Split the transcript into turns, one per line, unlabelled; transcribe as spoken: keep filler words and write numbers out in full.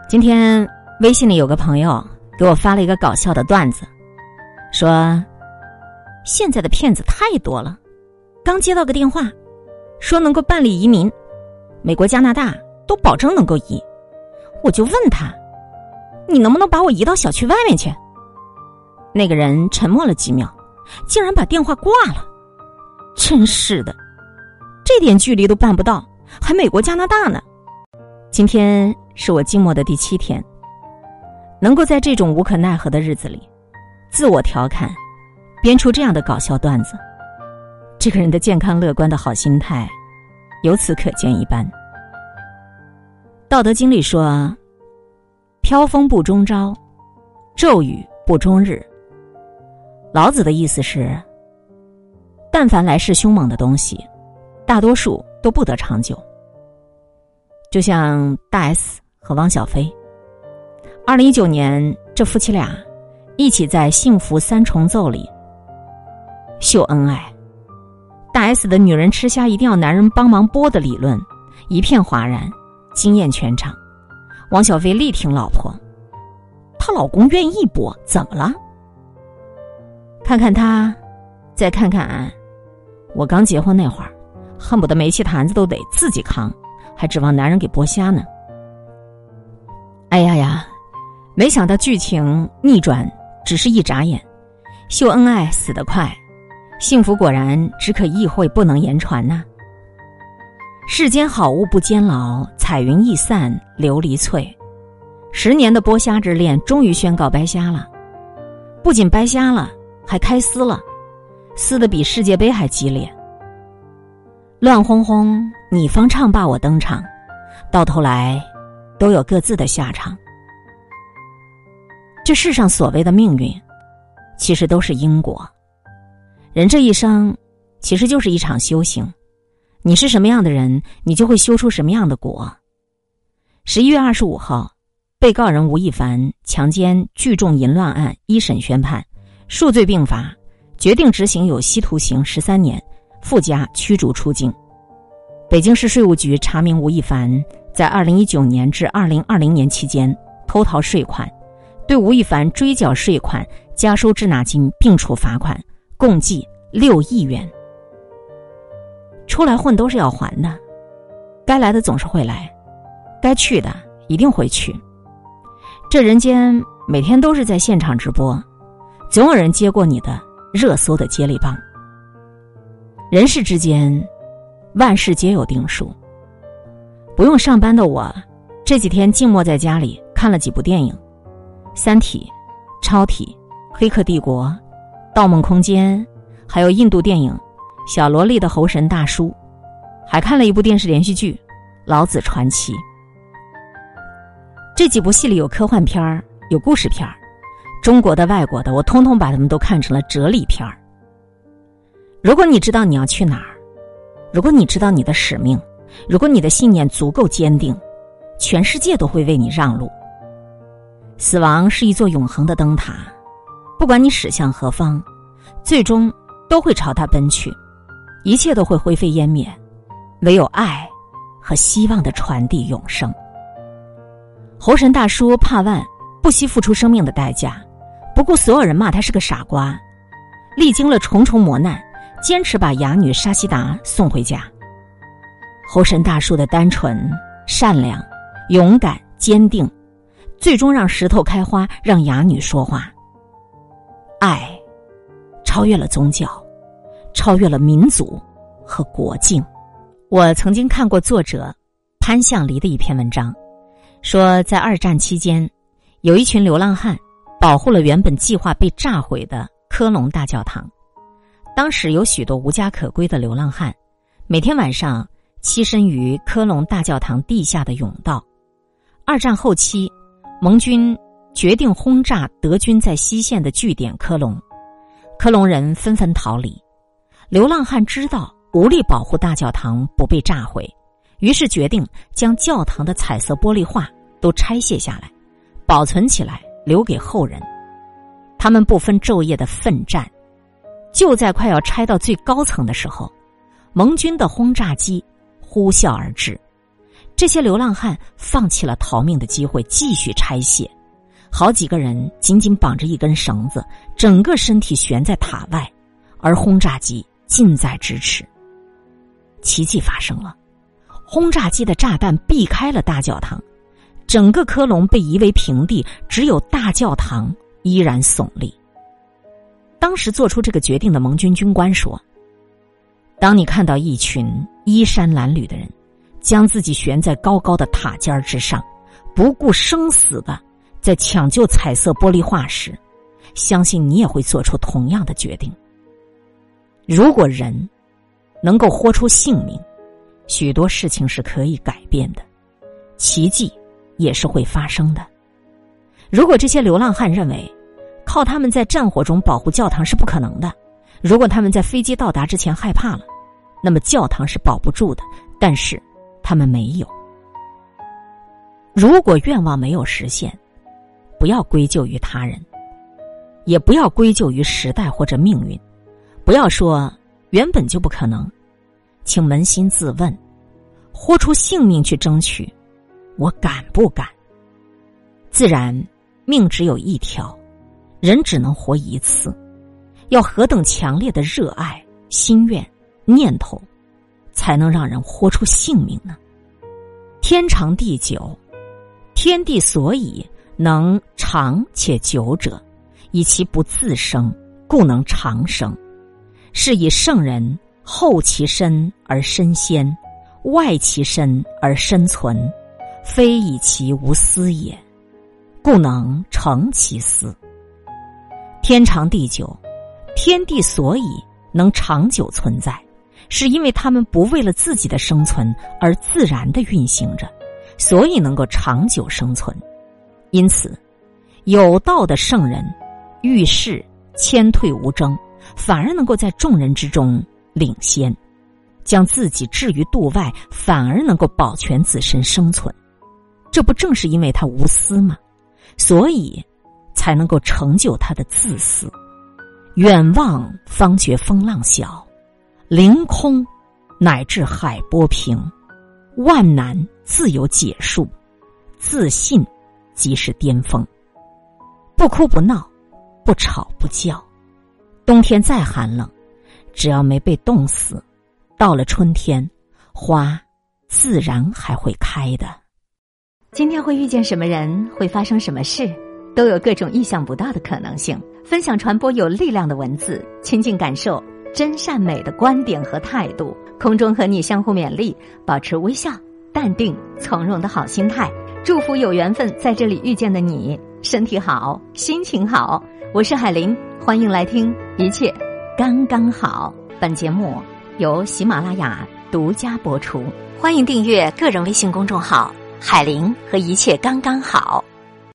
今天微信里有个朋友给我发了一个搞笑的段子，说现在的骗子太多了，刚接到个电话说能够办理移民，美国加拿大都保证能够移，我就问他，你能不能把我移到小区外面去？那个人沉默了几秒，竟然把电话挂了。真是的，这点距离都办不到，还美国加拿大呢。今天是我静默的第七天，能够在这种无可奈何的日子里自我调侃，编出这样的搞笑段子，这个人的健康乐观的好心态由此可见一斑。道德经里说，飘风不终朝，骤雨不终日。老子的意思是，但凡来势凶猛的东西，大多数都不得长久。就像大 S 和汪小菲，二零一九年这夫妻俩一起在幸福三重奏里秀恩爱，大 S 的女人吃虾一定要男人帮忙剥的理论一片哗然，惊艳全场。汪小菲力挺老婆，她老公愿意剥，怎么了？看看他，再看看俺，我刚结婚那会儿，恨不得煤气坛子都得自己扛，还指望男人给剥虾呢。哎呀呀，没想到剧情逆转只是一眨眼，秀恩爱死得快，幸福果然只可意会不能言传呐、啊。世间好物不坚牢，彩云易散琉璃脆。十年的剥虾之恋终于宣告掰虾了，不仅掰虾了，还开撕了，撕得比世界杯还激烈。乱哄哄，你方唱罢我登场，到头来都有各自的下场。这世上所谓的命运，其实都是因果。人这一生其实就是一场修行，你是什么样的人，你就会修出什么样的果。十一月二十五号，被告人吴亦凡强奸聚众淫乱案一审宣判，数罪并罚，决定执行有期徒刑十三年，附加驱逐出境。北京市税务局查明吴亦凡在二零一九年至二零二零年期间偷逃税款，对吴亦凡追缴税款、加收滞纳金并处罚款，共计六亿元。出来混都是要还的，该来的总是会来，该去的一定会去。这人间每天都是在现场直播，总有人接过你的热搜的接力棒。人世之间，万事皆有定数。不用上班的我，这几天静默在家里看了几部电影，《三体》、《超体》、《黑客帝国》、《盗梦空间》，还有印度电影《小萝莉的猴神大叔》，还看了一部电视连续剧《老子传奇》。这几部戏里有科幻片儿，有故事片儿，中国的外国的，我通通把它们都看成了哲理片儿。如果你知道你要去哪儿，如果你知道你的使命，如果你的信念足够坚定，全世界都会为你让路。死亡是一座永恒的灯塔，不管你驶向何方，最终都会朝它奔去，一切都会灰飞烟灭，唯有爱和希望的传递永生。猴神大叔帕万不惜付出生命的代价，不顾所有人骂他是个傻瓜，历经了重重磨难，坚持把哑女沙希达送回家。猴神大叔的单纯、善良、勇敢、坚定，最终让石头开花，让哑女说话。爱超越了宗教，超越了民族和国境。我曾经看过作者潘向黎的一篇文章，说在二战期间，有一群流浪汉保护了原本计划被炸毁的科隆大教堂。当时有许多无家可归的流浪汉，每天晚上栖身于科隆大教堂地下的甬道。二战后期，盟军决定轰炸德军在西线的据点科隆，科隆人纷纷逃离。流浪汉知道无力保护大教堂不被炸毁，于是决定将教堂的彩色玻璃画都拆卸下来，保存起来留给后人。他们不分昼夜的奋战，就在快要拆到最高层的时候，盟军的轰炸机呼啸而至， 这些流浪汉放弃了逃命的机会，继续拆卸。好几个人紧紧绑着一根绳子，整个身体悬在塔外，而轰炸机近在咫尺。奇迹发生了，轰炸机的炸弹避开了大教堂，整个科隆被夷为平地，只有大教堂依然耸立。当时做出这个决定的盟军军官说，当你看到一群衣衫褴褛的人将自己悬在高高的塔尖之上，不顾生死的在抢救彩色玻璃画时，相信你也会做出同样的决定。如果人能够豁出性命，许多事情是可以改变的，奇迹也是会发生的。如果这些流浪汉认为靠他们在战火中保护教堂是不可能的，如果他们在飞机到达之前害怕了，那么教堂是保不住的，但是他们没有。如果愿望没有实现，不要归咎于他人，也不要归咎于时代或者命运，不要说原本就不可能，请扪心自问，豁出性命去争取，我敢不敢？自然命只有一条，人只能活一次，要何等强烈的热爱、心愿、念头，才能让人豁出性命呢？天长地久，天地所以能长且久者，以其不自生，故能长生。是以圣人后其身而身先，外其身而身存，非以其无私也，故能成其私。天长地久，天地所以能长久存在，是因为他们不为了自己的生存而自然地运行着，所以能够长久生存。因此有道的圣人遇事谦退无争，反而能够在众人之中领先，将自己置于度外，反而能够保全自身生存。这不正是因为他无私吗？所以才能够成就他的自私。远望方觉风浪小，凌空乃至海波平，万难自有解数，自信即是巅峰。不哭不闹，不吵不叫，冬天再寒冷，只要没被冻死，到了春天，花自然还会开的。
今天会遇见什么人，会发生什么事，都有各种意想不到的可能性。分享传播有力量的文字，亲近感受真善美的观点和态度。空中和你相互勉励，保持微笑、淡定、从容的好心态。祝福有缘分在这里遇见的你，身体好，心情好。我是海玲，欢迎来听一切刚刚好。本节目由喜马拉雅独家播出，欢迎订阅个人微信公众号海玲和一切刚刚好。